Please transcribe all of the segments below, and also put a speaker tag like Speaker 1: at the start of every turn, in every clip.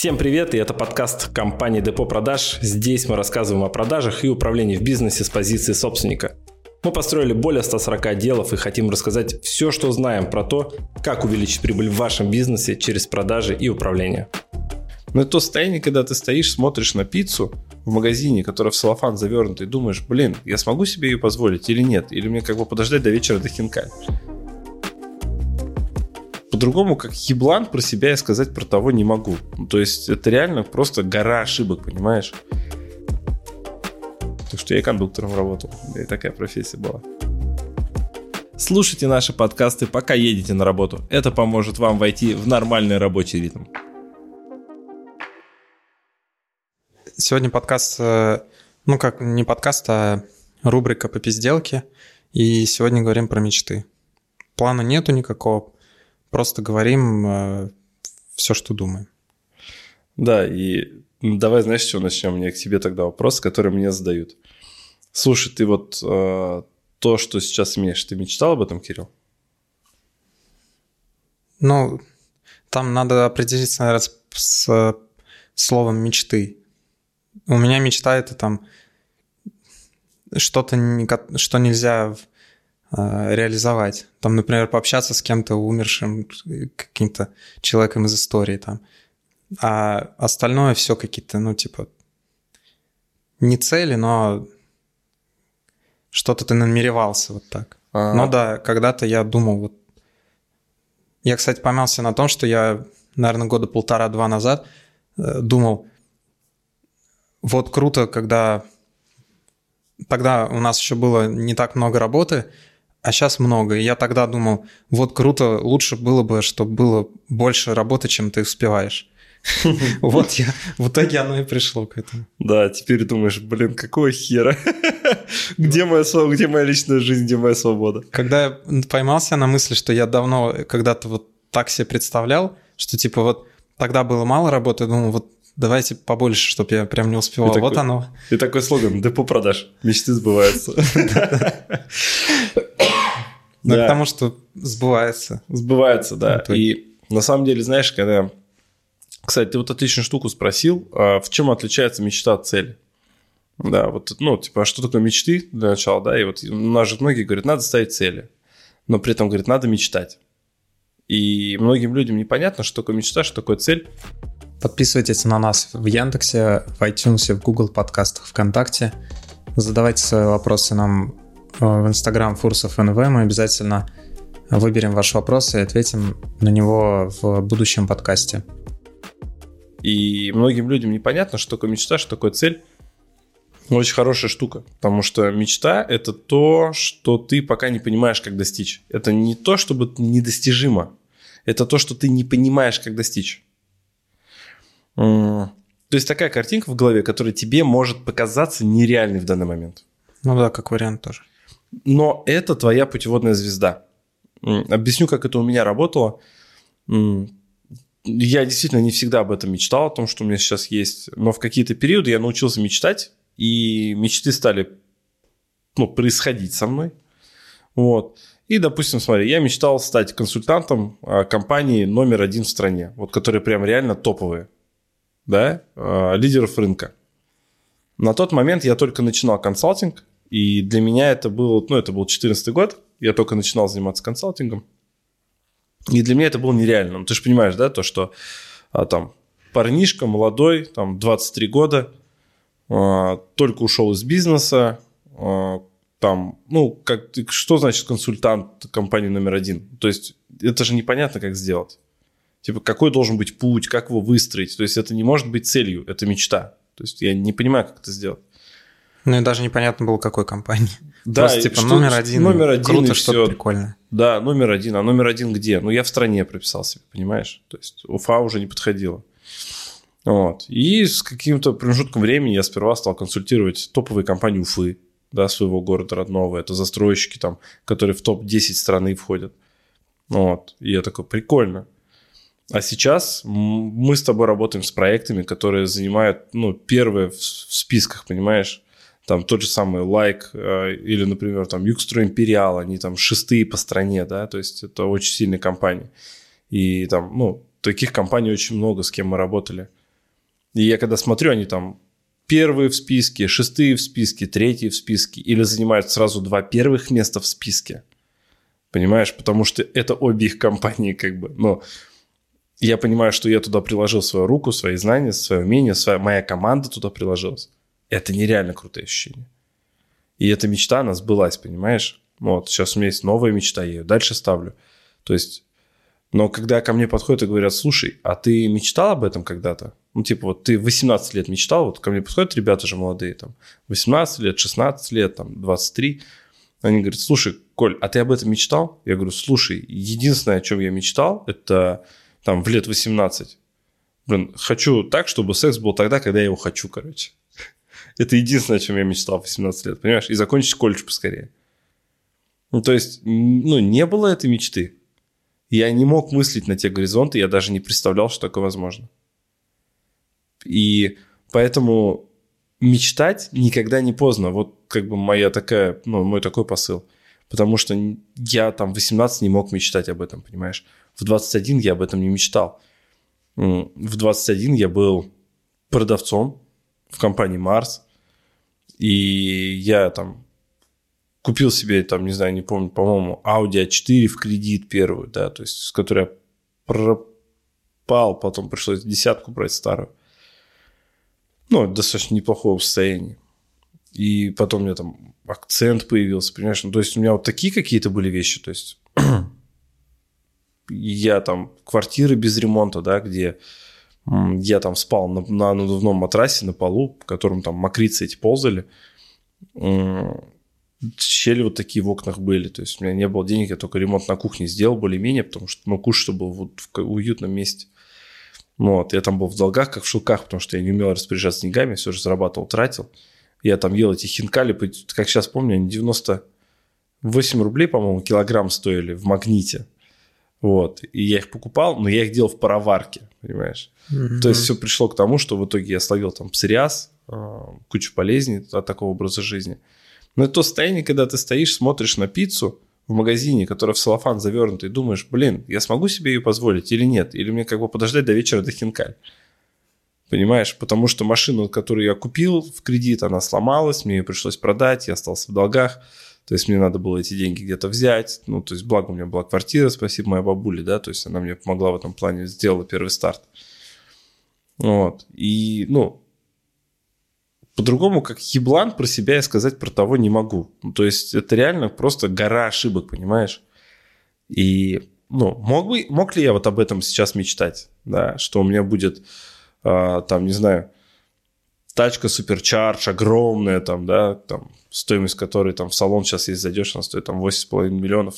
Speaker 1: Всем привет, и это подкаст компании Депо Продаж. Здесь мы рассказываем о продажах и управлении в бизнесе с позиции собственника. Мы построили более 140 отделов и хотим рассказать все, что знаем про то, как увеличить прибыль в вашем бизнесе через продажи и управление.
Speaker 2: Но это то состояние, когда ты стоишь, смотришь на пиццу в магазине, которая в целлофан завернута, и думаешь, я смогу себе ее позволить или нет? Или мне подождать до вечера до хинкали? По-другому, как еблан, про себя я сказать про того не могу. То есть это реально просто гора ошибок, понимаешь? Так что я и кондуктором работал. И такая профессия была.
Speaker 1: Слушайте наши подкасты, пока едете на работу. Это поможет вам войти в нормальный рабочий ритм.
Speaker 3: Сегодня подкаст, не подкаст, а рубрика по пизделке. И сегодня говорим про мечты. Плана нету никакого. Просто говорим все, что думаем.
Speaker 2: Да, и давай, знаешь, с чего начнем? У меня к тебе тогда вопрос, который мне задают. Слушай, ты то, что сейчас имеешь, ты мечтал об этом, Кирилл?
Speaker 3: Там надо определиться, наверное, с словом «мечты». У меня мечта – это там что-то, что нельзя реализовать. Там, например, пообщаться с кем-то умершим, каким-то человеком из истории там. А остальное все какие-то, не цели, но что-то ты намеревался вот так.
Speaker 2: А-а-а.
Speaker 3: Но да, когда-то я думал Я, кстати, поймался на том, что я, наверное, года 1,5-2 назад думал, круто, когда тогда у нас еще было не так много работы, а сейчас много. И я тогда думал, круто, лучше было бы, чтобы было больше работы, чем ты успеваешь. В итоге оно и пришло к этому.
Speaker 2: Да, теперь думаешь, какого хера? Где моя личная жизнь, где моя свобода?
Speaker 3: Когда я поймался на мысли, что я давно когда-то так себе представлял, что тогда было мало работы, я думал, давайте побольше, чтобы я прям не успевал. Оно.
Speaker 2: И такой слоган: Депо продаж. Мечты сбываются.
Speaker 3: Потому что сбывается.
Speaker 2: Сбывается, да. И на самом деле, знаешь, когда... Кстати, ты отличную штуку спросил, в чем отличается мечта от цели? Да, а что такое мечты для начала, да? И у нас же многие говорят, надо ставить цели, но при этом говорят, надо мечтать. И многим людям непонятно, что такое мечта, что такое цель.
Speaker 3: Подписывайтесь на нас в Яндексе, в iTunes, в Google подкастах, ВКонтакте. Задавайте свои вопросы нам в Instagram Фурсов НВ. Мы обязательно выберем ваш вопрос и ответим на него в будущем подкасте.
Speaker 2: И многим людям непонятно, что такое мечта, что такое цель. Очень хорошая штука, потому что мечта – это то, что ты пока не понимаешь, как достичь. Это не то, чтобы недостижимо. Это то, что ты не понимаешь, как достичь. То есть такая картинка в голове, которая тебе может показаться нереальной в данный момент.
Speaker 3: Как вариант тоже.
Speaker 2: Но это твоя путеводная звезда. Объясню, как это у меня работало. Я действительно не всегда об этом мечтал, о том, что у меня сейчас есть. Но в какие-то периоды я научился мечтать, и мечты стали происходить со мной. И, допустим, смотри, я мечтал стать консультантом компании номер 1 в стране, которые прям реально топовые, да, лидеров рынка. На тот момент я только начинал консалтинг, и для меня это был 2014 год, я только начинал заниматься консалтингом. И для меня это было нереально. Ты же понимаешь, да, то, что парнишка молодой, 23 года, только ушел из бизнеса, что значит консультант компании номер 1? То есть это же непонятно, как сделать. Какой должен быть путь, как его выстроить. То есть это не может быть целью, это мечта. То есть я не понимаю, как это сделать.
Speaker 3: И даже непонятно было, какой компании.
Speaker 2: Да,
Speaker 3: просто номер один, круто, что-то прикольное.
Speaker 2: Да, номер 1. А номер 1 где? Я в стране прописал себе, понимаешь? То есть Уфа уже не подходила. И с каким-то промежутком времени я сперва стал консультировать топовые компании Уфы, да, своего города родного. Это застройщики, которые в топ-10 страны входят. И я такой, прикольно. А сейчас мы с тобой работаем с проектами, которые занимают первые в списках, понимаешь? Тот же самый Like или, например, Югстрой Империал, они 6-е по стране, да, то есть это очень сильные компании. И таких компаний очень много, с кем мы работали. И я когда смотрю, они там первые в списке, шестые в списке, третьи в списке, или занимают сразу 2 первых места в списке. Понимаешь? Потому что это обе их компании как бы. Но я понимаю, что я туда приложил свою руку, свои знания, свое умение, моя команда туда приложилась. Это нереально крутое ощущение. И эта мечта, она сбылась, понимаешь? Вот, сейчас у меня есть новая мечта, я ее дальше ставлю. То есть, но когда ко мне подходят и говорят, слушай, а ты мечтал об этом когда-то? Ну, типа, вот ты 18 лет мечтал, вот ко мне подходят ребята же молодые, там, 18 лет, 16 лет, там, 23. Они говорят, слушай, Коль, а ты об этом мечтал? Я говорю, слушай, единственное, о чем я мечтал, это там в лет 18. Блин, хочу так, чтобы секс был тогда, когда я его хочу, короче. Это единственное, о чем я мечтал в 18 лет, понимаешь? И закончить колледж поскорее. Ну, то есть, ну, не было этой мечты. Я не мог мыслить на те горизонты, я даже не представлял, что такое возможно. И поэтому мечтать никогда не поздно. Вот как бы мой такой посыл. Потому что я там в 18 не мог мечтать об этом, понимаешь? В 21 я об этом не мечтал. В 21 я был продавцом в компании Mars. И я там купил себе, там, не знаю, не помню, по-моему, Audi A4 в кредит первую, да, то есть с которой я пропал, потом пришлось 10 брать старую. Ну, достаточно неплохого состояния. И потом у меня там акцент появился, понимаешь? Ну, то есть у меня вот такие какие-то были вещи, то есть я там квартиры без ремонта, да, где я там спал на надувном матрасе на полу, по которому там мокрицы эти ползали. Щели вот такие в окнах были. То есть у меня не было денег, я только ремонт на кухне сделал более-менее, потому что, ну, кушать было вот в уютном месте. Вот, я там был в долгах, как в шелках, потому что я не умел распоряжаться деньгами, все же зарабатывал, тратил. Я там ел эти хинкали, как сейчас помню, они 98 рублей, по-моему, килограмм стоили в Магните. Вот, и я их покупал, но я их делал в пароварке, понимаешь? Mm-hmm. То есть все пришло к тому, что в итоге я словил там псориаз, кучу болезней от такого образа жизни. Но это то состояние, когда ты стоишь, смотришь на пиццу в магазине, которая в целлофан завернута, и думаешь, блин, я смогу себе ее позволить или нет? Или мне как бы подождать до вечера до хинкаль? Понимаешь? Потому что машину, которую я купил в кредит, она сломалась, мне ее пришлось продать, я остался в долгах. То есть мне надо было эти деньги где-то взять. Ну, то есть благо у меня была квартира, спасибо моей бабуле, да, то есть она мне помогла в этом плане, сделала первый старт. Вот. И, ну, по-другому, как еблан, про себя я сказать про того не могу. То есть это реально просто гора ошибок, понимаешь? И, ну, мог ли я вот об этом сейчас мечтать? Да, что у меня будет, там, не знаю, тачка суперчардж огромная, там, да, там, стоимость которой там в салон сейчас, если зайдешь, она стоит там 8,5 миллионов.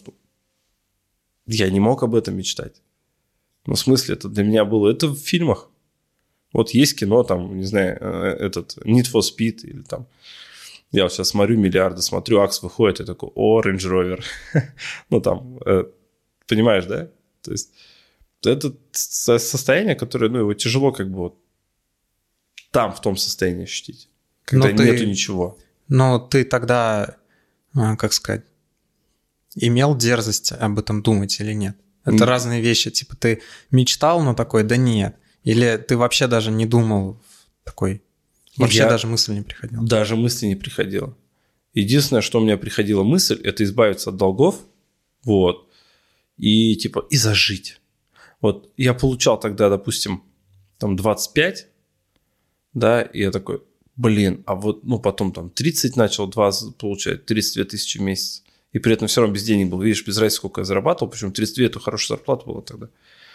Speaker 2: Я не мог об этом мечтать. Ну, в смысле, это для меня было... Это в фильмах. Вот есть кино, там, не знаю, этот Need for Speed, или там... Я вот сейчас смотрю «Миллиарды», смотрю, Акс выходит, и такой, о, Range Rover. Ну, там, понимаешь, да? То есть это состояние, которое, ну, его тяжело как бы вот там, в том состоянии ощутить, когда нету ничего.
Speaker 3: Но ты тогда, как сказать, имел дерзость об этом думать или нет? Это разные вещи. Типа ты мечтал, но такой, да нет. Или ты вообще даже не думал такой? Вообще даже мысль не приходила?
Speaker 2: Даже мысли не приходила. Единственное, что у меня приходила мысль, это избавиться от долгов, вот, и типа, и зажить. Вот я получал тогда, допустим, там 25, да, и я такой, блин, а вот, ну, потом там 30 начал, получать 32 тысячи в месяц, и при этом все равно без денег был, видишь, без разницы, сколько я зарабатывал, причем 32 – это хорошая зарплата была тогда.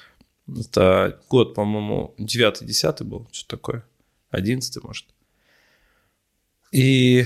Speaker 2: Это год, по-моему, 9-10 был, что-то такое, 11, может. И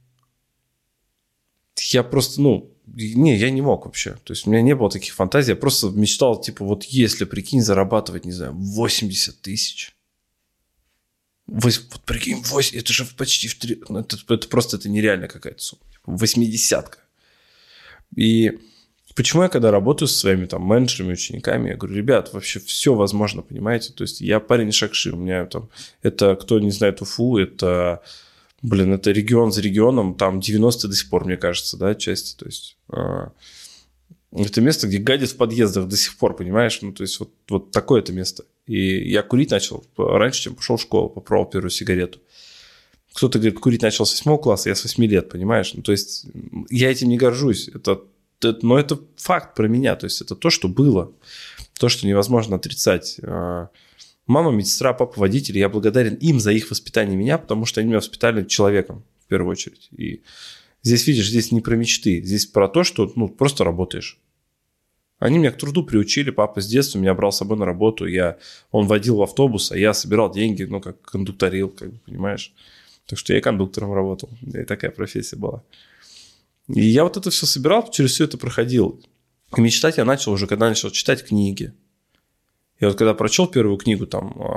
Speaker 2: я просто, я не мог вообще. То есть у меня не было таких фантазий. Я просто мечтал, типа, вот если, прикинь, зарабатывать, не знаю, 80 тысяч. Вот прикинь, это же почти в 3... Это просто это нереально какая-то сумма. 80-ка. И почему я, когда работаю со своими там менеджерами, учениками, я говорю, ребят, вообще все возможно, понимаете? То есть я парень из Шакши, у меня там... Это, кто не знает Уфу, это... Блин, это регион за регионом, там 90 до сих пор, мне кажется, да, части. То есть это место, где гадят в подъездах до сих пор, понимаешь? Ну, то есть вот такое это место. И я курить начал раньше, чем пошел в школу, попробовал первую сигарету. Кто-то говорит, курить начал с 8 класса, я с 8 лет, понимаешь? Ну, то есть я этим не горжусь. Но это факт про меня. То есть это то, что было. То, что невозможно отрицать. Мама медсестра, папа водитель. Я благодарен им за их воспитание меня, потому что они меня воспитали человеком, в первую очередь. И здесь, видишь, здесь не про мечты. Здесь про то, что просто работаешь. Они меня к труду приучили. Папа с детства меня брал с собой на работу. Он водил в автобус, а я собирал деньги, как кондукторил, понимаешь? Так что я и кондуктором работал. И такая профессия была. И я вот это все собирал, через все это проходил. И мечтать я начал уже, когда начал читать книги. Я вот когда прочел первую книгу,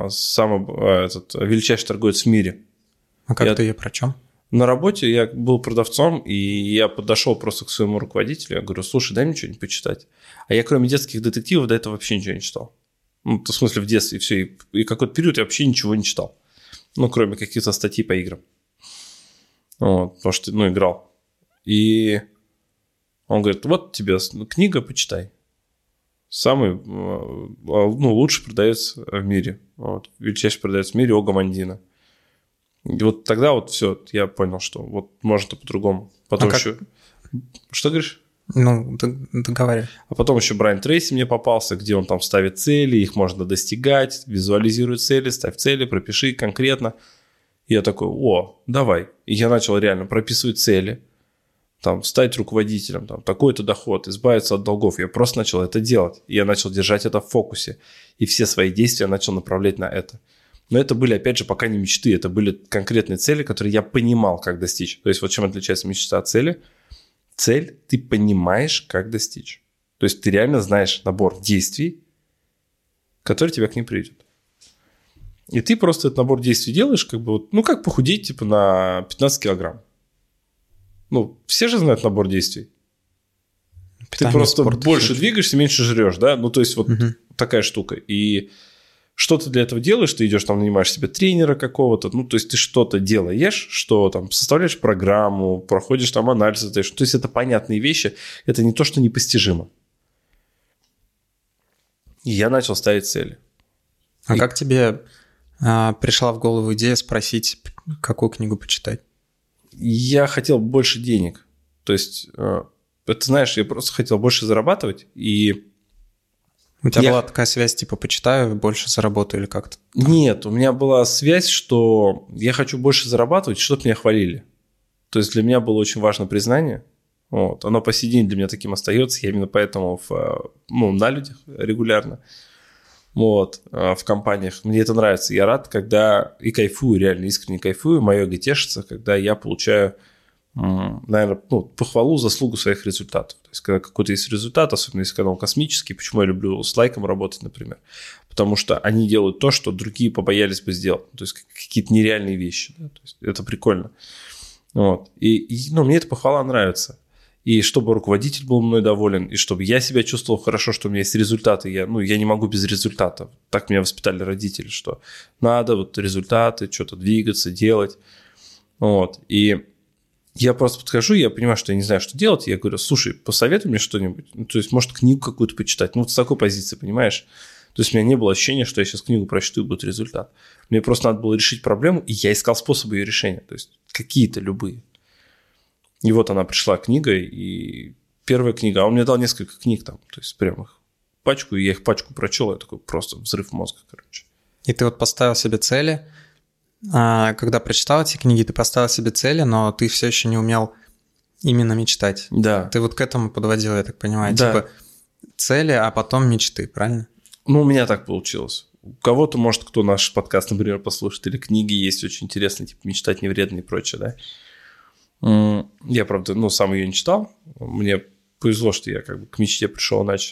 Speaker 2: «Величайший торговец в мире».
Speaker 3: А как ты ее прочел?
Speaker 2: На работе я был продавцом, и я подошел просто к своему руководителю. Я говорю, слушай, дай мне что-нибудь почитать. А я кроме детских детективов до этого вообще ничего не читал. В смысле в детстве и все. И какой-то период я вообще ничего не читал. Кроме каких-то статей по играм. Потому что, играл. И он говорит, вот тебе книга, почитай. Самый лучший продавец в мире. Величайший продавец в мире Ого Мандина. И вот тогда все, я понял, что можно по-другому. Потом еще... Что говоришь?
Speaker 3: Договаривай.
Speaker 2: А потом еще Брайан Трейси мне попался, где он там ставит цели, их можно достигать, визуализирует цели, ставь цели, пропиши конкретно. И я такой, давай. И я начал реально прописывать цели, стать руководителем, такой-то доход, избавиться от долгов. Я просто начал это делать. И я начал держать это в фокусе. И все свои действия начал направлять на это. Но это были, опять же, пока не мечты, это были конкретные цели, которые я понимал, как достичь. То есть вот чем отличается мечта от цели? Цель ты понимаешь, как достичь. То есть ты реально знаешь набор действий, который тебя к ним приведет. И ты просто этот набор действий делаешь, как похудеть на 15 килограмм. Все же знают набор действий. Питание, ты просто спорт, больше двигаешься, меньше жрешь, да? То есть такая штука. И что ты для этого делаешь? Ты идешь нанимаешь себе тренера какого-то, то есть ты что-то делаешь, что составляешь программу, проходишь анализ, то есть это понятные вещи, это не то, что непостижимо. И я начал ставить цели.
Speaker 3: Как тебе пришла в голову идея спросить, какую книгу почитать?
Speaker 2: Я хотел больше денег. То есть, это, знаешь, я просто хотел больше зарабатывать, и...
Speaker 3: У тебя была такая связь, почитаю, больше заработаю или как-то?
Speaker 2: Нет, у меня была связь, что я хочу больше зарабатывать, чтобы меня хвалили. То есть для меня было очень важно признание. Оно по сей день для меня таким остается. Я именно поэтому на людях регулярно. В компаниях. Мне это нравится. Я рад, когда и кайфую, реально искренне кайфую. Мое эго тешится, когда я получаю, наверное, похвалу, заслугу своих результатов. То есть, когда какой-то есть результат, особенно если когда он космический, почему я люблю с лайком работать, например? Потому что они делают то, что другие побоялись бы сделать. То есть, какие-то нереальные вещи. Да? То есть, это прикольно. И мне эта похвала нравится. И чтобы руководитель был мной доволен, и чтобы я себя чувствовал хорошо, что у меня есть результаты. Я не могу без результатов. Так меня воспитали родители, что надо результаты, что-то двигаться, делать. И я просто подхожу, я понимаю, что я не знаю, что делать. Я говорю, слушай, посоветуй мне что-нибудь. То есть, может, книгу какую-то почитать. С такой позиции, понимаешь? То есть, у меня не было ощущения, что я сейчас книгу прочту, и будет результат. Мне просто надо было решить проблему, и я искал способы ее решения. То есть, какие-то любые. И она пришла книга, и первая книга, а он мне дал несколько книг то есть прям их пачку, и я их пачку прочел, я такой просто взрыв мозга, короче.
Speaker 3: И ты поставил себе цели, когда прочитал эти книги, ты поставил себе цели, но ты все еще не умел именно мечтать.
Speaker 2: Да.
Speaker 3: Ты к этому подводил, я так понимаю,
Speaker 2: да.
Speaker 3: Цели, а потом мечты, правильно?
Speaker 2: У меня так получилось. У кого-то, может, кто наш подкаст, например, послушает, или книги есть очень интересные, «Мечтать не вредно» и прочее, да? Я, правда, сам ее не читал. Мне повезло, что я к мечте пришел иначе.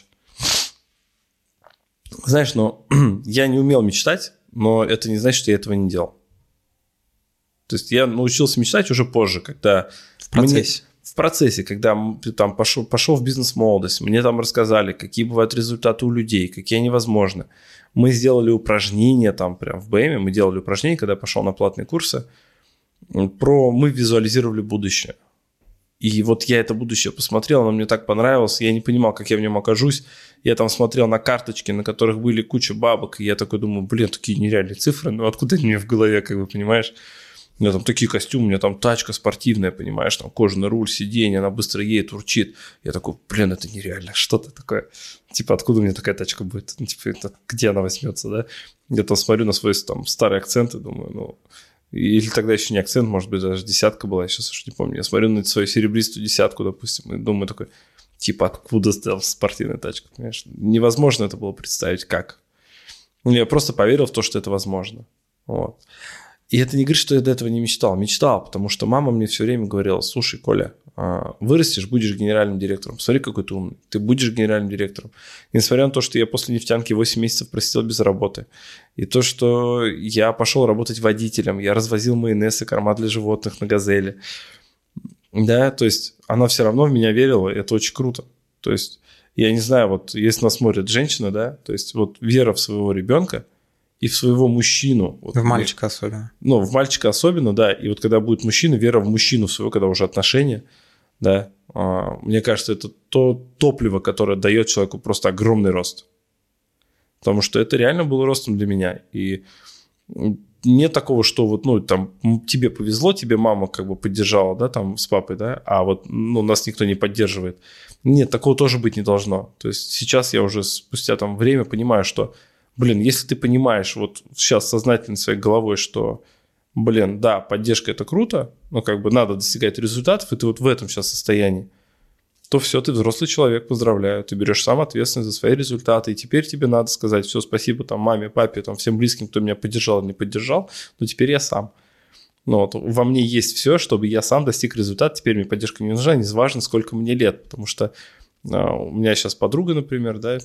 Speaker 2: Знаешь, я не умел мечтать, но это не значит, что я этого не делал. То есть я научился мечтать уже позже, когда...
Speaker 3: В процессе.
Speaker 2: В процессе, когда пошел в бизнес-молодость, мне рассказали, какие бывают результаты у людей, какие они возможны. Мы сделали упражнения прям в БМе, мы делали упражнения, когда я пошел на платные курсы, мы визуализировали будущее. И вот я это будущее посмотрел, оно мне так понравилось, я не понимал, как я в нем окажусь. Я там смотрел на карточки, на которых были куча бабок, и я такой думаю, блин, такие нереальные цифры, ну откуда они мне в голове, как бы, понимаешь? У меня там такие костюмы, у меня там тачка спортивная, понимаешь, там кожаный руль, сиденье, она быстро едет, урчит. Я такой, блин, это нереально, что-то такое. Типа, откуда у меня такая тачка будет? Ну, типа, это, где она возьмется, да? Я там смотрю на свой там старый акцент и думаю, ну... Или тогда еще не акцент, может быть, даже десятка была, я сейчас уж не помню. Я смотрю на свою серебристую десятку, допустим, и думаю такой, типа, откуда там спортивная тачка, понимаешь? Невозможно это было представить, как. Ну, я просто поверил в то, что это возможно. Вот. И это не говорит, что я до этого не мечтал. Мечтал, потому что мама мне все время говорила, слушай, Коля, вырастешь, будешь генеральным директором. Смотри, какой ты умный. Ты будешь генеральным директором. И несмотря на то, что я после нефтянки 8 месяцев просидел без работы, и то, что я пошел работать водителем, я развозил майонез и корма для животных на «Газели». Да, то есть она все равно в меня верила, и это очень круто. То есть я не знаю, вот если нас смотрит женщина, да, то есть вот вера в своего ребенка, и в своего мужчину. Вот,
Speaker 3: в мальчика особенно.
Speaker 2: Ну, в мальчика особенно, да. И вот когда будет мужчина, вера в мужчину своего, когда уже отношения, да, мне кажется, это то топливо, которое дает человеку просто огромный рост. Потому что это реально было ростом для меня. И нет такого, что вот, ну, там, тебе повезло, тебе мама как бы поддержала, да, там, с папой, да, а вот, ну, нас никто не поддерживает. Нет, такого тоже быть не должно. То есть сейчас я уже спустя там время понимаю, что блин, если ты понимаешь вот сейчас сознательно своей головой, что, блин, да, поддержка – это круто, но как бы надо достигать результатов, и ты вот в этом сейчас состоянии, то все, ты взрослый человек, поздравляю, ты берешь сам ответственность за свои результаты, и теперь тебе надо сказать все, спасибо там маме, папе, там всем близким, кто меня поддержал или не поддержал, но теперь я сам. Ну, вот, во мне есть все, чтобы я сам достиг результата, теперь мне поддержка не нужна, не важно, сколько мне лет, потому что у меня сейчас подруга, например, да,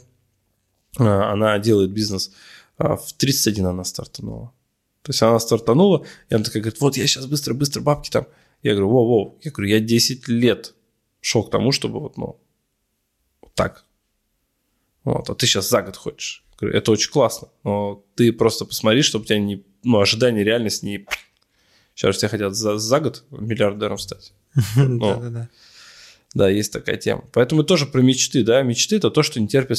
Speaker 2: она делает бизнес, в 31 она стартанула. То есть она стартанула, и она такая говорит, вот я сейчас быстро бабки там. Я говорю, воу. Я говорю, я 10 лет шел к тому, чтобы вот, ну, вот так. Вот, а ты сейчас за год хочешь. Я говорю, это очень классно, но ты просто посмотри, чтобы у тебя не, ну, ожидание, реальность не... Сейчас все хотят за год миллиардером стать.
Speaker 3: Да-да-да.
Speaker 2: Да, есть такая тема. Поэтому тоже про мечты, да. Мечты – это то, что не терпит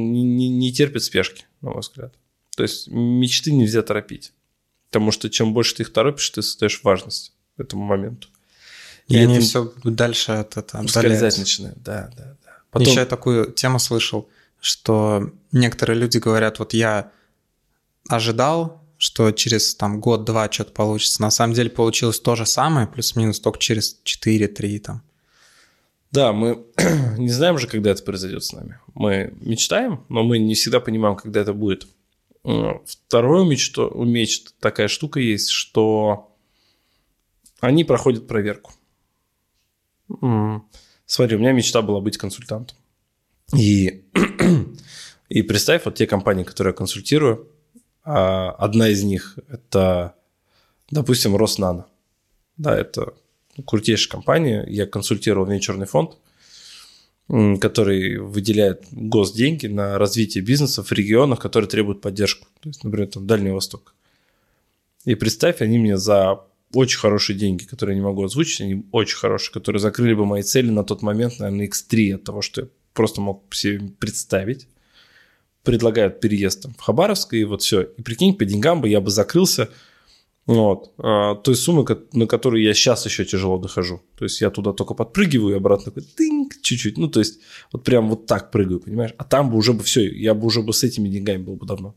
Speaker 2: спешки, на мой взгляд. То есть мечты нельзя торопить. Потому что чем больше ты их торопишь, ты создаешь важность этому моменту.
Speaker 3: И они все дальше от этого
Speaker 2: скользать начинают. Да.
Speaker 3: Потом... Еще я такую тему слышал, что некоторые люди говорят, вот я ожидал, что через там год-два что-то получится. На самом деле получилось то же самое, плюс-минус, только через 4-3 там.
Speaker 2: Да, мы не знаем же, когда это произойдет с нами. Мы мечтаем, но мы не всегда понимаем, когда это будет. Второе мечта, такая штука есть, что они проходят проверку. Смотри, у меня мечта была быть консультантом. И представь, вот те компании, которые я консультирую, одна из них – это, допустим, Роснано. Да, это крутейшая компания. Я консультировал венчурный фонд, который выделяет госденьги на развитие бизнеса в регионах, которые требуют поддержку. То есть, например, там Дальний Восток. И представь, они мне за очень хорошие деньги, которые я не могу озвучить, они очень хорошие, которые закрыли бы мои цели на тот момент, наверное, x3 от того, что я просто мог себе представить, предлагают переезд там в Хабаровск, и вот все. И прикинь, по деньгам бы я бы закрылся вот, той суммы, на которую я сейчас еще тяжело дохожу. То есть я туда только подпрыгиваю и обратно такой тынк, чуть-чуть. Ну, то есть вот прям вот так прыгаю, понимаешь? А там бы уже бы все, я бы уже бы с этими деньгами был бы давно.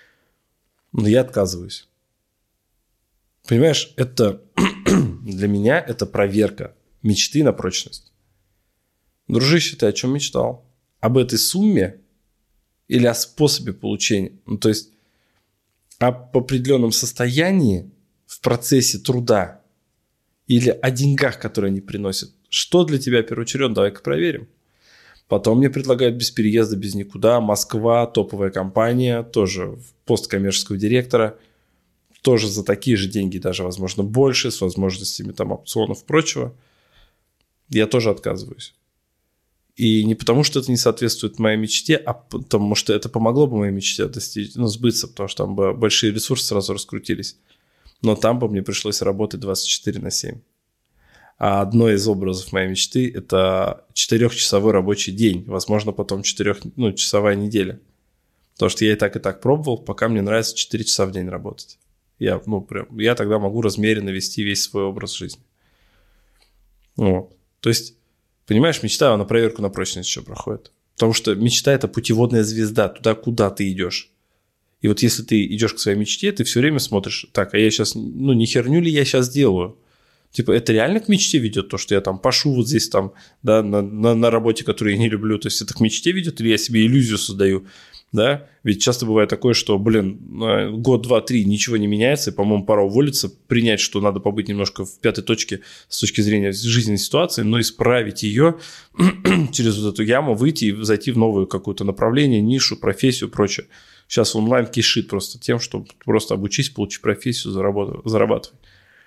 Speaker 2: Но я отказываюсь. Понимаешь, это для меня это проверка мечты на прочность. Дружище, ты о чем мечтал? Об этой сумме или о способе получения? Ну, то есть об определенном состоянии в процессе труда или о деньгах, которые они приносят. Что для тебя первоочередно? Давай-ка проверим. Потом мне предлагают без переезда, без никуда. Москва, топовая компания, тоже пост коммерческого директора. Тоже за такие же деньги, даже, возможно, больше, с возможностями там опционов и прочего. Я тоже отказываюсь. И не потому, что это не соответствует моей мечте, а потому что это помогло бы моей мечте достичь, сбыться, потому что там бы большие ресурсы сразу раскрутились. Но там бы мне пришлось работать 24/7. А одно из образов моей мечты – это 4-часовой рабочий день, возможно, потом 4-часовая неделя. Потому что я и так пробовал, пока мне нравится 4 часа в день работать. Я тогда могу размеренно вести весь свой образ жизни. Вот. То есть, понимаешь, мечта на проверку на прочность еще проходит. Потому что мечта – это путеводная звезда туда, куда ты идешь. И вот если ты идешь к своей мечте, ты все время смотришь, так, а я сейчас, не херню ли я сейчас делаю? Типа, это реально к мечте ведет, то, что я там пашу вот здесь там, да, на работе, которую я не люблю, то есть это к мечте ведет, или я себе иллюзию создаю, да? Ведь часто бывает такое, что, год, 2, 3 ничего не меняется, и, по-моему, пора уволиться, принять, что надо побыть немножко в пятой точке с точки зрения жизненной ситуации, но исправить ее через вот эту яму, выйти и зайти в новое какое-то направление, нишу, профессию, прочее. Сейчас онлайн кишит просто тем, что просто обучись, получи профессию, зарабатывай.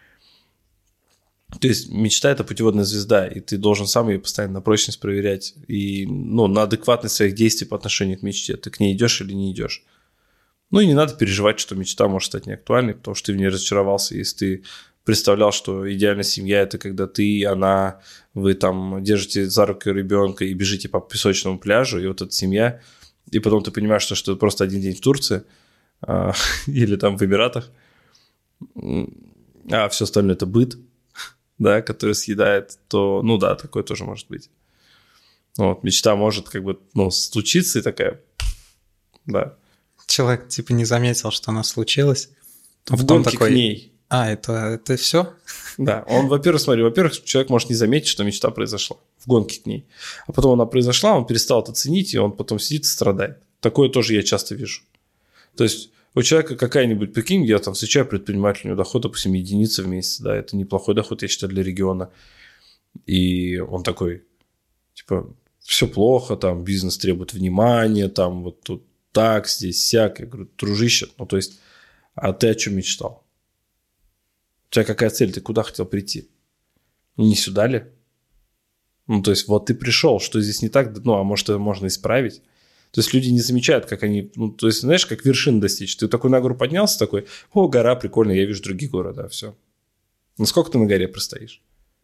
Speaker 2: То есть мечта – это путеводная звезда, и ты должен сам ее постоянно на прочность проверять и на адекватность своих действий по отношению к мечте. Ты к ней идешь или не идешь. И не надо переживать, что мечта может стать неактуальной, потому что ты в ней разочаровался, если ты представлял, что идеальная семья – это когда ты, она, вы там держите за руку ребенка и бежите по песочному пляжу, и вот эта семья, и потом ты понимаешь, что это просто один день в Турции или там в Эмиратах, а все остальное – это быт. Да, который съедает, то, такое тоже может быть. Вот, мечта может случиться и такая, да.
Speaker 3: Человек, не заметил, что она случилась.
Speaker 2: В гонке такой... к ней.
Speaker 3: Это все?
Speaker 2: Да, во-первых, человек может не заметить, что мечта произошла в гонке к ней. А потом она произошла, он перестал это ценить, и он потом сидит и страдает. Такое тоже я часто вижу. То есть... У человека какая-нибудь, прикинь, я там встречаю предпринимателя, у него доход, допустим, единица в месяц, да, это неплохой доход, я считаю, для региона. И он такой, все плохо, там, бизнес требует внимания, там, вот тут так, здесь сяк. Я говорю, дружище, то есть, а ты о чем мечтал? У тебя какая цель, ты куда хотел прийти? Не сюда ли? То есть, вот ты пришел, что здесь не так, а может, это можно исправить? То есть люди не замечают, как они... то есть, знаешь, как вершины достичь. Ты такой на гору поднялся, такой, гора прикольная, я вижу другие горы, да, все. Сколько ты на горе простоишь?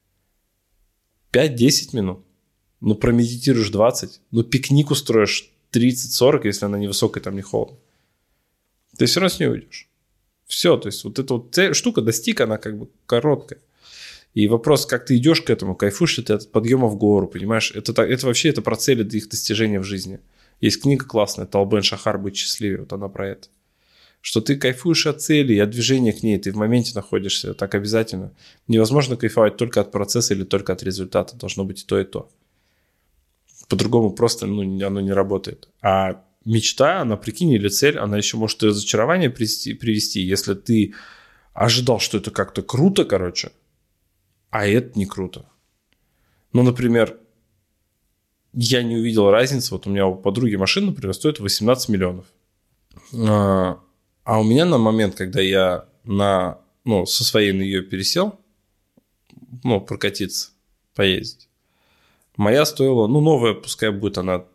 Speaker 2: 5-10 минут. Промедитируешь 20. Пикник устроишь 30-40, если она невысокая, там не холодно. Ты все равно с ней уйдешь. Все, то есть, вот эта штука достиг, она короткая. И вопрос, как ты идешь к этому, кайфуешь ли ты от подъема в гору, понимаешь? Это вообще про цели их достижения в жизни. Есть книга классная, Талбен Шахар «Быть счастливее», вот она про это. Что ты кайфуешь от цели и от движения к ней, ты в моменте находишься, так обязательно. Невозможно кайфовать только от процесса или только от результата, должно быть и то, и то. По-другому просто оно не работает. А мечта, она, прикинь, или цель, она еще может и разочарование привести, если ты ожидал, что это как-то круто, а это не круто. Например, я не увидел разницы. Вот у меня у подруги машина, например, стоит 18 миллионов. А у меня на момент, когда я со своей на нее пересел, прокатиться, поездить, моя стоила, новая, пускай будет она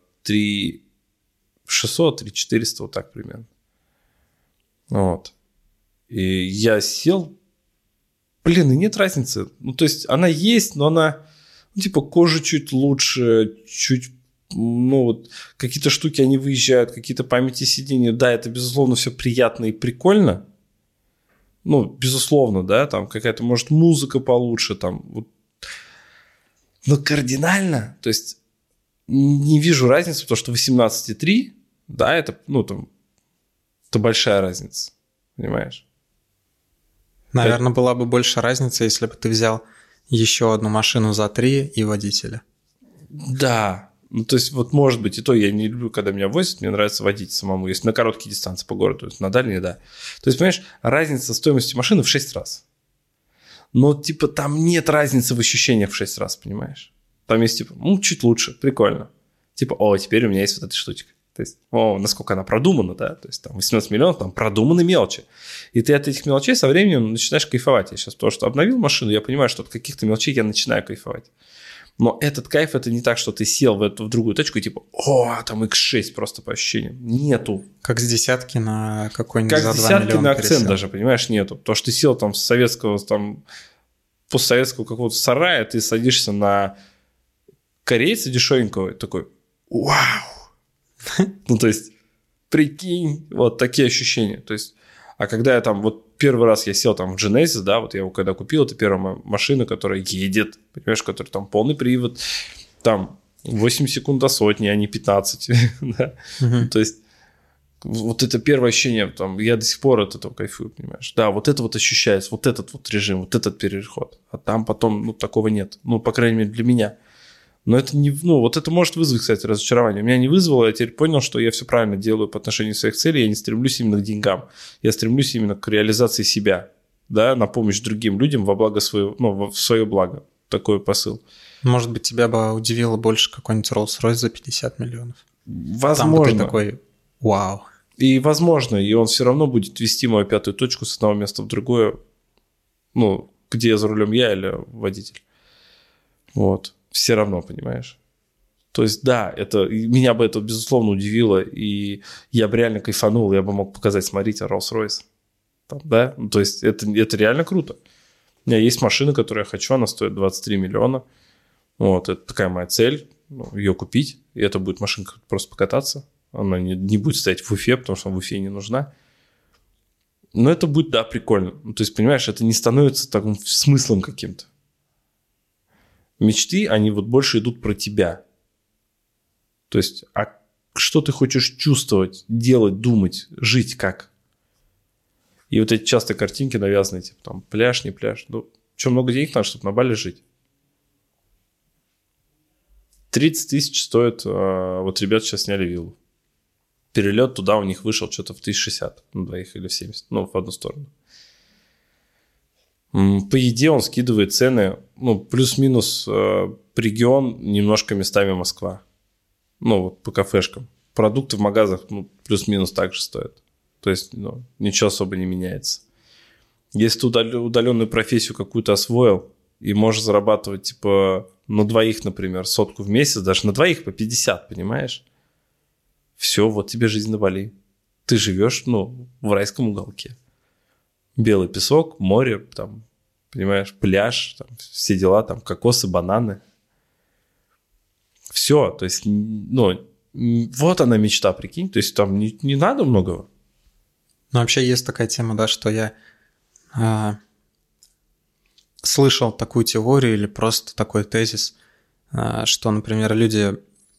Speaker 2: 3600, 3400, вот так примерно. Вот. И я сел, и нет разницы. То есть она есть, но она... кожа чуть лучше, чуть, какие-то штуки, они выезжают, какие-то памяти сидения. Да, это, безусловно, все приятно и прикольно. Безусловно, да, там какая-то, может, музыка получше, там, вот. Но кардинально, то есть, не вижу разницы, потому что 18,3, да, это, это большая разница, понимаешь?
Speaker 3: Наверное, была бы больше разница, если бы ты взял еще одну машину за 3 и водителя.
Speaker 2: Да. То есть, вот может быть, и то я не люблю, когда меня возят, мне нравится водить самому, если на короткие дистанции по городу, то есть на дальние, да. То есть, понимаешь, разница стоимости машины в 6 раз. Но, там нет разницы в ощущениях в 6 раз, понимаешь? Там есть, чуть лучше, прикольно. Теперь у меня есть вот эта штучка. То есть, насколько она продумана, да, то есть, там 18 миллионов, там продуманы мелочи. И ты от этих мелочей со временем начинаешь кайфовать. Я сейчас потому что обновил машину, я понимаю, что от каких-то мелочей я начинаю кайфовать. Но этот кайф, это не так, что ты сел в другую точку и там X6 просто по ощущениям. Нету.
Speaker 3: Как с десятки на какой-нибудь
Speaker 2: как
Speaker 3: за 2
Speaker 2: миллиона. Как с десятки на акцент
Speaker 3: пересел.
Speaker 2: даже, понимаешь, нету. Потому что ты сел там с советского, там, постсоветского какого-то сарая, ты садишься на корейца дешевенького, такой, вау! Ну, то есть, прикинь, вот такие ощущения. То есть, а когда я там, вот первый раз я сел там в Genesis, да, вот я его когда купил, это первая машина, которая едет, понимаешь, которая там полный привод, там 8 секунд до сотни, а не 15, да. То есть, вот это первое ощущение, там, я до сих пор от этого кайфую, понимаешь. Да, вот это вот ощущается, вот этот вот режим, вот этот переход. А там потом, ну, такого нет. Ну, по крайней мере, для меня. Но это не, ну, вот это может вызвать, кстати, разочарование. Меня не вызвало, я теперь понял, что я все правильно делаю по отношению к своих целей, я не стремлюсь именно к деньгам, я стремлюсь именно к реализации себя, да, на помощь другим людям во благо своего, ну, в свое благо. Такой посыл.
Speaker 3: Может быть, тебя бы удивило больше какой-нибудь Rolls-Royce за 50 миллионов?
Speaker 2: Возможно.
Speaker 3: Там ты такой, вау.
Speaker 2: И возможно, и он все равно будет вести мою пятую точку с одного места в другое, ну, где за рулем я или водитель. Вот. Все равно, понимаешь? То есть, да, это, меня бы это, безусловно, удивило, и я бы реально кайфанул, я бы мог показать, смотрите, Rolls-Royce. Там, да? Ну, то есть, это реально круто. У меня есть машина, которую я хочу, она стоит 23 миллиона. Вот, это такая моя цель, ее купить, и это будет машинка просто покататься. Она не будет стоять в Уфе, потому что она в Уфе не нужна. Но это будет, да, прикольно. Ну, то есть, понимаешь, это не становится таким смыслом каким-то. Мечты, они вот больше идут про тебя. То есть, а что ты хочешь чувствовать, делать, думать, жить как? И вот эти частые картинки навязанные, типа там пляж, не пляж. Ну, что, много денег надо, чтобы на Бали жить? 30 тысяч стоит, вот ребята сейчас сняли виллу. Перелет туда у них вышел что-то в 1060 на двоих или в 70, ну, в одну сторону. По еде он скидывает цены, ну, плюс-минус регион, немножко местами Москва. Ну, вот по кафешкам. Продукты в магазах, ну, плюс-минус так же стоят. То есть, ну, ничего особо не меняется. Если ты удаленную профессию какую-то освоил и можешь зарабатывать, типа, на двоих, например, 100 в месяц, даже на двоих по 50, понимаешь? Все, вот тебе жизнь на Бали. Ты живешь, ну, в райском уголке. Белый песок, море, там, понимаешь, пляж, там, все дела, там, кокосы, бананы. Все, то есть, ну, вот она мечта, прикинь, то есть там не надо многого.
Speaker 3: Ну, вообще есть такая тема, да, что я слышал такую теорию или просто такой тезис, что, например, люди,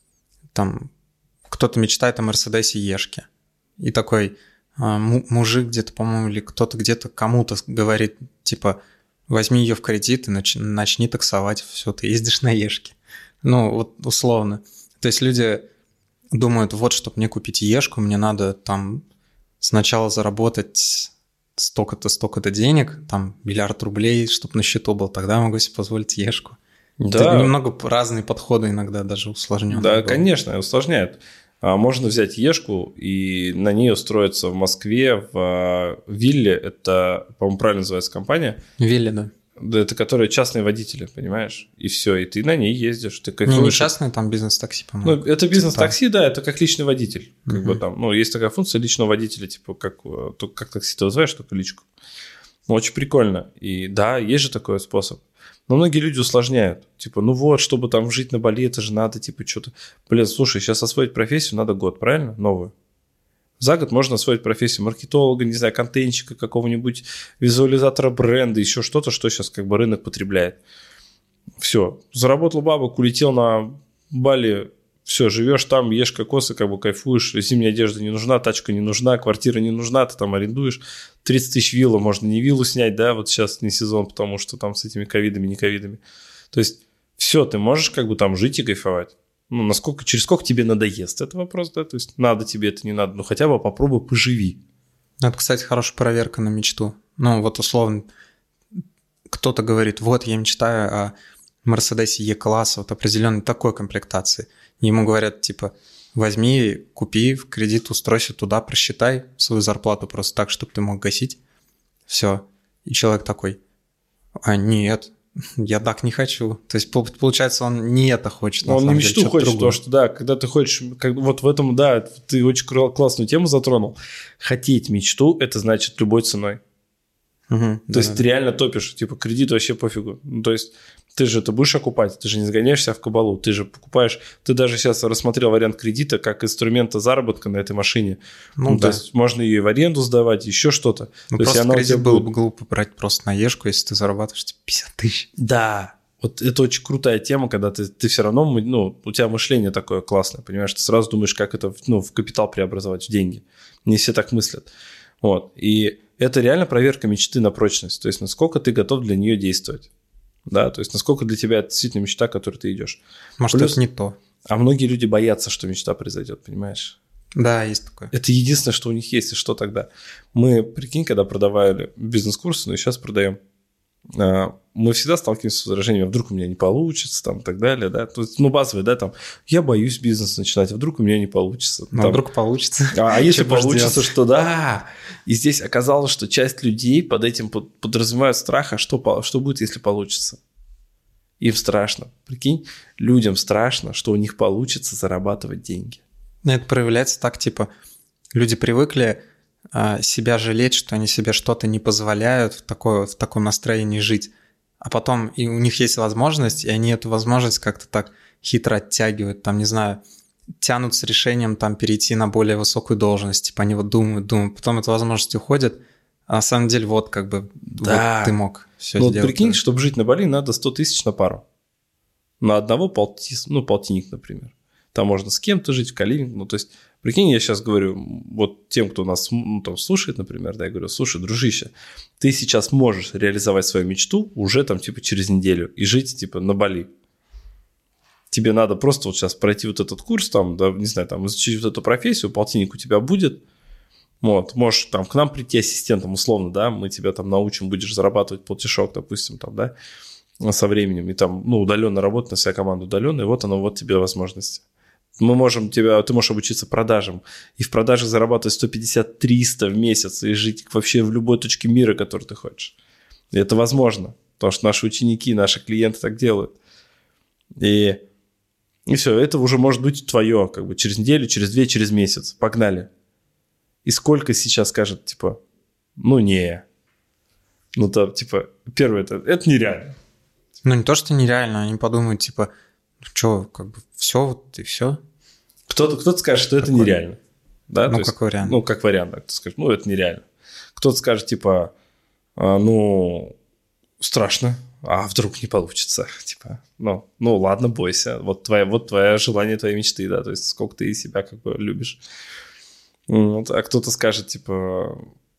Speaker 3: там, кто-то мечтает о Мерседесе Ешке, и такой мужик где-то, по-моему, или кто-то где-то кому-то говорит, типа, возьми ее в кредит и начни таксовать, все, ты ездишь на Ешке. Ну, вот условно. То есть люди думают, вот, чтобы мне купить Ешку, мне надо там сначала заработать столько-то денег, там, 1 миллиард рублей, чтобы на счету был, тогда я могу себе позволить Ешку. Да. Это немного разные подходы иногда даже усложненные.
Speaker 2: Да, конечно, усложняют. Можно взять Ешку и на ней устроиться в Москве, в Вилле, это, по-моему, правильно называется компания.
Speaker 3: Вилле, да.
Speaker 2: Да, это которые частные водители, понимаешь? И все, и ты на ней ездишь, ты кайфуешь.
Speaker 3: Не частные, там бизнес-такси, по-моему.
Speaker 2: Ну, это бизнес-такси, да, это как личный водитель. Как бы там, ну, есть такая функция личного водителя, типа, как такси ты вызываешь, только личку. Ну, очень прикольно. И да, есть же такой способ. Но многие люди усложняют. Типа, ну вот, чтобы там жить на Бали, это же надо, типа, что-то... Блин, слушай, сейчас освоить профессию надо год, правильно? Новую. За год можно освоить профессию маркетолога, не знаю, контентщика, какого-нибудь визуализатора бренда, еще что-то, что сейчас как бы рынок потребляет. Все, заработал бабок, улетел на Бали, все, живешь там, ешь кокосы, как бы кайфуешь, зимняя одежда не нужна, тачка не нужна, квартира не нужна, ты там арендуешь, 30 тысяч вилла, можно не виллу снять, да, вот сейчас не сезон, потому что там с этими ковидами, не ковидами. То есть все, ты можешь как бы там жить и кайфовать. Ну, насколько, через сколько тебе надоест, это вопрос, да, то есть надо тебе это, не надо, ну хотя бы попробуй, поживи.
Speaker 3: Это, кстати, хорошая проверка на мечту. Ну, вот условно, кто-то говорит, вот я мечтаю о Мерседесе Е-класса, вот определенной такой комплектации. Ему говорят, типа, возьми, купи в кредит, устройся туда, просчитай свою зарплату просто так, чтобы ты мог гасить. Все. И человек такой, а нет, я так не хочу. То есть, получается, он не это хочет.
Speaker 2: Он не мечту хочет, потому что, да, когда ты хочешь, вот в этом, да, ты очень классную тему затронул. Хотеть мечту – это значит любой ценой.
Speaker 3: То
Speaker 2: есть ты реально топишь, типа кредит вообще пофигу. Ну, то есть ты же это будешь окупать, ты же не сгоняешься в кабалу, ты же покупаешь. Ты даже сейчас рассмотрел вариант кредита как инструмента заработка на этой машине. То есть можно ее и в аренду сдавать, еще что-то.
Speaker 3: Ну,
Speaker 2: то
Speaker 3: просто
Speaker 2: есть
Speaker 3: кредит было бы глупо брать просто на Ешку, если ты зарабатываешь 50 тысяч.
Speaker 2: Да. Вот это очень крутая тема, когда ты все равно, у тебя мышление такое классное, понимаешь, ты сразу думаешь, как это в капитал преобразовать, в деньги. Не все так мыслят. Вот. И это реально проверка мечты на прочность, то есть насколько ты готов для нее действовать. Да, то есть насколько для тебя это действительно мечта, к которой ты идешь.
Speaker 3: Может, это не то.
Speaker 2: А многие люди боятся, что мечта произойдет, понимаешь?
Speaker 3: Да, есть такое.
Speaker 2: Это единственное, что у них есть, и что тогда? Мы, прикинь, когда продавали бизнес-курсы, но и сейчас продаем, мы всегда сталкиваемся с возражением, вдруг у меня не получится, там, и так далее, да, то есть, базовые, да, там, я боюсь бизнес начинать, а вдруг у меня не получится.
Speaker 3: Ну,
Speaker 2: там,
Speaker 3: вдруг получится.
Speaker 2: А если получится, что да, и здесь оказалось, что часть людей под этим подразумевают страх, а что будет, если получится? Им страшно, прикинь, людям страшно, что у них получится зарабатывать деньги.
Speaker 3: Это проявляется так, типа, люди привыкли себя жалеть, что они себе что-то не позволяют в таком настроении жить. А потом и у них есть возможность, и они эту возможность как-то так хитро оттягивают, там, не знаю, тянут с решением там перейти на более высокую должность. Типа они вот думают, потом эта возможность уходит, а на самом деле вот как бы вот ты мог все сделать.
Speaker 2: Вот прикинь, чтобы жить на Бали, надо 100 тысяч на пару. На одного полтинник, например. Там можно с кем-то жить, в коливинг. То есть, прикинь, я сейчас говорю, вот тем, кто нас там слушает, например, да, я говорю, слушай, дружище, ты сейчас можешь реализовать свою мечту уже там типа через неделю и жить типа на Бали. Тебе надо просто вот сейчас пройти вот этот курс, там, да, не знаю, там, изучить вот эту профессию, полтинник у тебя будет. Вот, можешь там к нам прийти ассистентом, условно, да, мы тебя там научим, будешь зарабатывать полтишок, допустим, там, да, со временем, и там, удаленно работать на вся команда удаленно, и вот оно, вот тебе возможности. Ты можешь обучиться продажам, и в продажах зарабатывать 150-300 в месяц, и жить вообще в любой точке мира, которую ты хочешь. И это возможно, потому что наши ученики, наши клиенты так делают. И все, это уже может быть твое, как бы через неделю, через 2, через месяц. Погнали. И сколько сейчас скажет, типа, не. Там, типа, первое, это нереально.
Speaker 3: Не то, что нереально, они подумают, типа, что, как бы, все, вот и все.
Speaker 2: Кто-то скажет, что это нереально. Да?
Speaker 3: Ну, как вариант.
Speaker 2: Как вариант, да. Кто скажет, это нереально. Кто-то скажет, типа, страшно, а вдруг не получится. Типа, ладно, бойся. Вот твое желание, твои мечты, да, то есть сколько ты себя как бы любишь. А кто-то скажет, типа,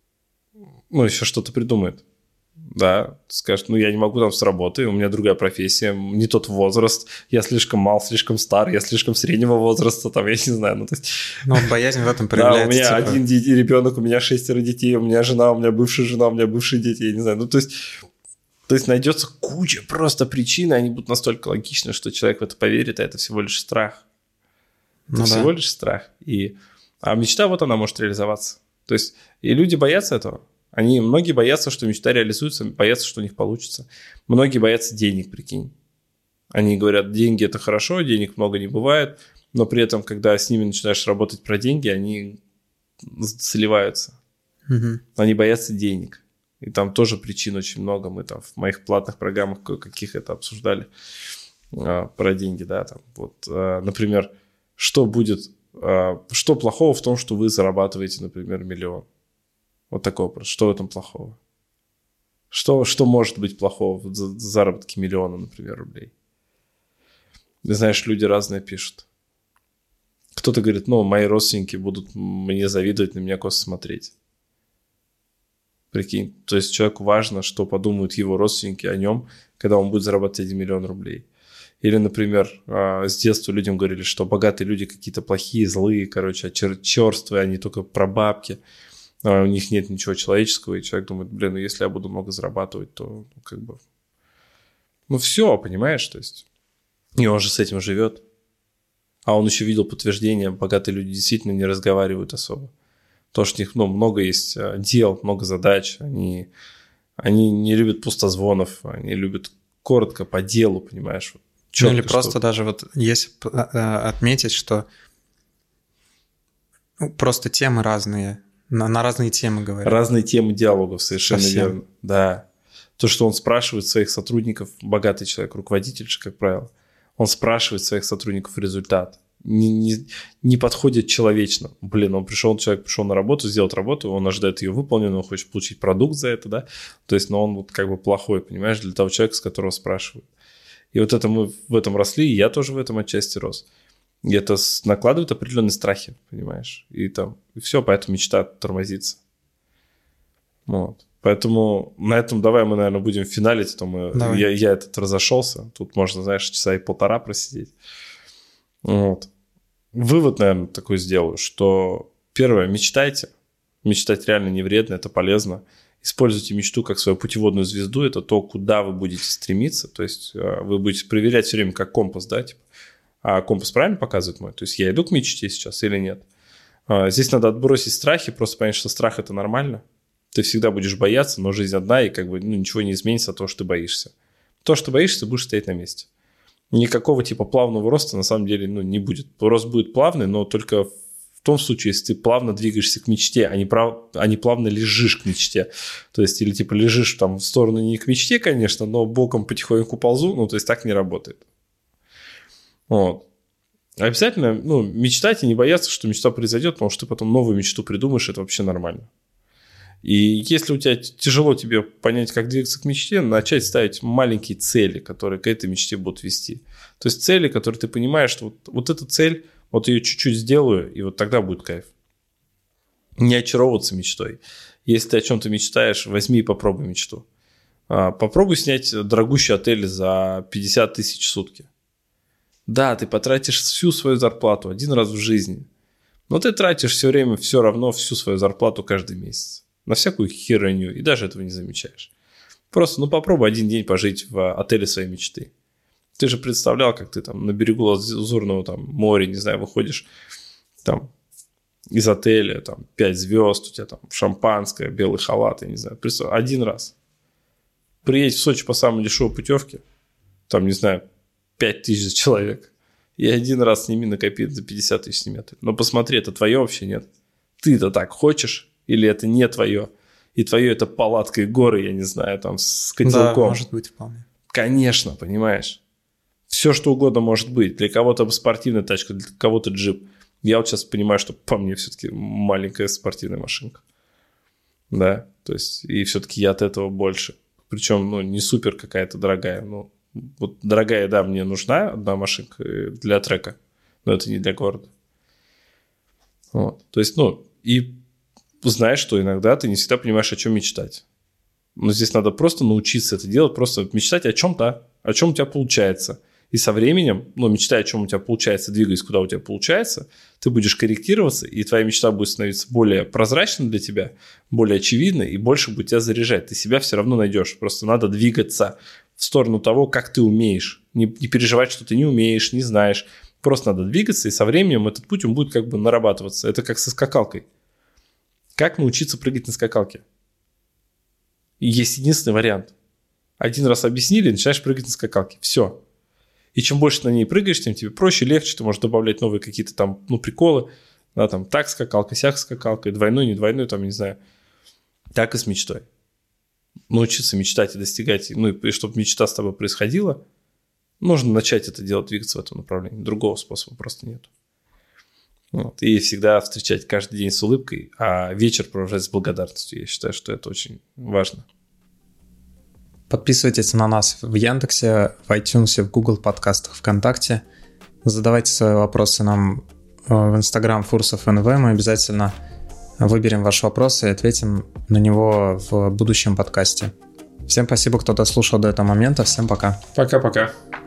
Speaker 2: еще что-то придумает. Да, скажет, я не могу там с работы, у меня другая профессия, не тот возраст, я слишком мал, слишком стар, я слишком среднего возраста, там, я не знаю.
Speaker 3: Боязнь в этом проявляется.
Speaker 2: Да, у меня один ребенок, у меня 6 детей, у меня жена, у меня бывшая жена, у меня бывшие дети, я не знаю. То есть найдется куча просто причин, и они будут настолько логичны, что человек в это поверит, а это всего лишь страх. Это всего лишь страх. А мечта, вот она может реализоваться. То есть, и люди боятся этого. Многие боятся, что мечта реализуется, боятся, что у них получится. Многие боятся денег, прикинь. Они говорят, деньги – это хорошо, денег много не бывает, но при этом, когда с ними начинаешь работать про деньги, они сливаются. Они боятся денег. И там тоже причин очень много. Мы там в моих платных программах каких это обсуждали про деньги. Да, там, вот, например, что плохого в том, что вы зарабатываете, например, 1 миллион? Вот такой вопрос. Что в этом плохого? Что может быть плохого в заработке 1 миллиона, например, рублей? Ты знаешь, люди разные пишут. Кто-то говорит, мои родственники будут мне завидовать, на меня косо смотреть. Прикинь. То есть человеку важно, что подумают его родственники о нем, когда он будет зарабатывать 1 миллион рублей. Или, например, с детства людям говорили, что богатые люди какие-то плохие, злые, черствые, они только про бабки. У них нет ничего человеческого, и человек думает, если я буду много зарабатывать, то как бы... все, понимаешь, то есть... И он же с этим живет. А он еще видел подтверждение, богатые люди действительно не разговаривают особо. Потому что у них много есть дел, много задач, они не любят пустозвонов, они любят коротко, по делу, понимаешь, четко,
Speaker 3: или просто даже вот если отметить, что просто темы разные. На разные темы говорят.
Speaker 2: Разные темы диалогов, совершенно
Speaker 3: Совсем.
Speaker 2: верно. Да. То, что он спрашивает своих сотрудников, богатый человек, руководитель же, как правило, он спрашивает своих сотрудников результат. Не подходит человечно. Блин, человек пришел на работу, сделать работу, он ожидает ее выполненную, он хочет получить продукт за это, да? То есть, но он вот как бы плохой, понимаешь, для того человека, с которого спрашивают. И вот это мы в этом росли, и я тоже в этом отчасти рос. И это накладывает определенные страхи, понимаешь? И все, поэтому мечта тормозится. Вот. Поэтому на этом давай мы, наверное, будем финалить. Я разошелся. Тут можно, знаешь, часа и 1.5 просидеть. Вот. Вывод, наверное, такой сделаю, что первое, мечтайте. Мечтать реально не вредно, это полезно. Используйте мечту как свою путеводную звезду. Это то, куда вы будете стремиться. То есть вы будете проверять все время как компас, да, типа. А компас правильно показывает мой? То есть я иду к мечте сейчас или нет? Здесь надо отбросить страхи, просто понять, что страх – это нормально. Ты всегда будешь бояться, но жизнь одна, и ничего не изменится от того, что ты боишься. То, что боишься, будешь стоять на месте. Никакого типа плавного роста на самом деле не будет. Рост будет плавный, но только в том случае, если ты плавно двигаешься к мечте, а не плавно лежишь к мечте. То есть, или типа лежишь в сторону не к мечте, конечно, но боком потихоньку ползу, то есть так не работает. Вот. Обязательно мечтать и не бояться, что мечта произойдет, потому что ты потом новую мечту придумаешь, это вообще нормально. И если у тебя тяжело тебе понять, как двигаться к мечте, начать ставить маленькие цели, которые к этой мечте будут вести. То есть цели, которые ты понимаешь, что вот эта цель, вот ее чуть-чуть сделаю, и вот тогда будет кайф. Не очаровываться мечтой. Если ты о чем-то мечтаешь, возьми и попробуй мечту. Попробуй снять дорогущий отель за 50 тысяч в сутки. Да, ты потратишь всю свою зарплату один раз в жизни, но ты тратишь все время все равно всю свою зарплату каждый месяц на всякую херню, и даже этого не замечаешь. Просто попробуй один день пожить в отеле своей мечты. Ты же представлял, как ты на берегу Лазурного моря, не знаю, выходишь из отеля, 5 звезд, у тебя шампанское, белый халат, я не знаю. Представь, один раз. Приедь в Сочи по самой дешевой путевке, не знаю, 5 тысяч за человека. И один раз сними, накопи за 50 тысяч сними. Но посмотри, это твое вообще нет. Ты-то так хочешь? Или это не твое? И твое это палатка и горы, я не знаю, с котелком.
Speaker 3: Да, может быть, вполне.
Speaker 2: Конечно, понимаешь. Все, что угодно может быть. Для кого-то спортивная тачка, для кого-то джип. Я вот сейчас понимаю, что по мне все-таки маленькая спортивная машинка. Да, то есть, и все-таки я от этого больше. Причем, не супер какая-то дорогая, вот дорогая, да, мне нужна одна машинка для трека, но это не для города. Вот. То есть, и знаешь, что иногда ты не всегда понимаешь, о чем мечтать. Но здесь надо просто научиться это делать, просто мечтать о чем-то, о чем у тебя получается. И со временем, мечтая о чем у тебя получается, двигаясь куда у тебя получается, ты будешь корректироваться, и твоя мечта будет становиться более прозрачной для тебя, более очевидной, и больше будет тебя заряжать. Ты себя все равно найдешь. Просто надо двигаться в сторону того, как ты умеешь. Не переживать, что ты не умеешь, не знаешь. Просто надо двигаться, и со временем этот путь он будет нарабатываться. Это как со скакалкой. Как научиться прыгать на скакалке? Есть единственный вариант. Один раз объяснили, начинаешь прыгать на скакалке. Все. И чем больше на ней прыгаешь, тем тебе проще, легче. Ты можешь добавлять новые какие-то приколы. Да, так скакалка, сяк скакалка, двойной, не двойной, не знаю. Так и с мечтой. Научиться мечтать и достигать, и чтобы мечта с тобой происходила, нужно начать это делать, двигаться в этом направлении. Другого способа просто нет. Вот. И всегда встречать каждый день с улыбкой, а вечер провожать с благодарностью. Я считаю, что это очень важно.
Speaker 3: Подписывайтесь на нас в Яндексе, в iTunes, в Google подкастах, ВКонтакте. Задавайте свои вопросы нам в Instagram Фурсов НВ. Мы обязательно выберем ваш вопрос и ответим на него в будущем подкасте. Всем спасибо, кто дослушал до этого момента. Всем пока.
Speaker 2: Пока-пока.